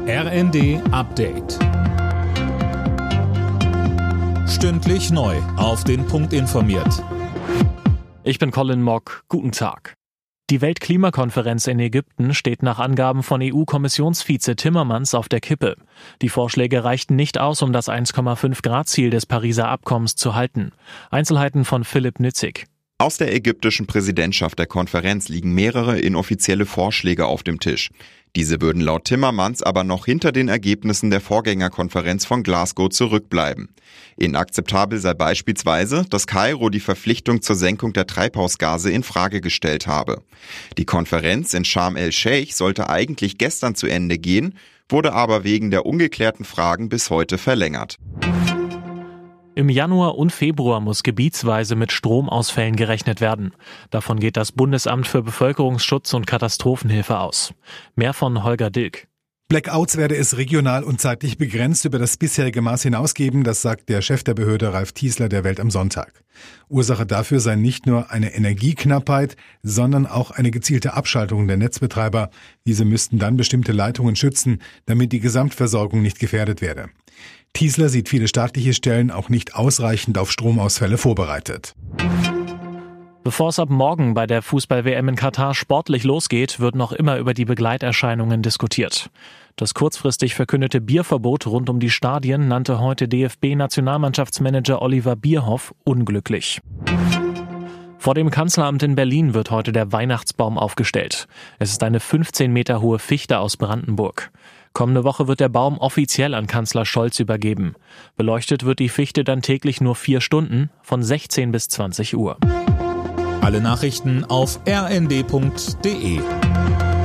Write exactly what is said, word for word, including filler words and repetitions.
R N D Update. Stündlich neu auf den Punkt informiert. Ich bin Colin Mock. Guten Tag. Die Weltklimakonferenz in Ägypten steht nach Angaben von E U-Kommissionsvize Timmermans auf der Kippe. Die Vorschläge reichten nicht aus, um das eins Komma fünf Grad Ziel des Pariser Abkommens zu halten. Einzelheiten von Philipp Nützig. Aus der ägyptischen Präsidentschaft der Konferenz liegen mehrere inoffizielle Vorschläge auf dem Tisch. Diese würden laut Timmermans aber noch hinter den Ergebnissen der Vorgängerkonferenz von Glasgow zurückbleiben. Inakzeptabel sei beispielsweise, dass Kairo die Verpflichtung zur Senkung der Treibhausgase in Frage gestellt habe. Die Konferenz in Sharm el-Sheikh sollte eigentlich gestern zu Ende gehen, wurde aber wegen der ungeklärten Fragen bis heute verlängert. Im Januar und Februar muss gebietsweise mit Stromausfällen gerechnet werden. Davon geht das Bundesamt für Bevölkerungsschutz und Katastrophenhilfe aus. Mehr von Holger Dilk. Blackouts werde es regional und zeitlich begrenzt über das bisherige Maß hinausgeben, das sagt der Chef der Behörde Ralf Tiesler der Welt am Sonntag. Ursache dafür sei nicht nur eine Energieknappheit, sondern auch eine gezielte Abschaltung der Netzbetreiber. Diese müssten dann bestimmte Leitungen schützen, damit die Gesamtversorgung nicht gefährdet werde. Tiesler sieht viele staatliche Stellen auch nicht ausreichend auf Stromausfälle vorbereitet. Bevor es ab morgen bei der Fußball-W M in Katar sportlich losgeht, wird noch immer über die Begleiterscheinungen diskutiert. Das kurzfristig verkündete Bierverbot rund um die Stadien nannte heute D F B-Nationalmannschaftsmanager Oliver Bierhoff unglücklich. Vor dem Kanzleramt in Berlin wird heute der Weihnachtsbaum aufgestellt. Es ist eine fünfzehn Meter hohe Fichte aus Brandenburg. Kommende Woche wird der Baum offiziell an Kanzler Scholz übergeben. Beleuchtet wird die Fichte dann täglich nur vier Stunden, von sechzehn bis zwanzig Uhr. Alle Nachrichten auf r n d punkt d e.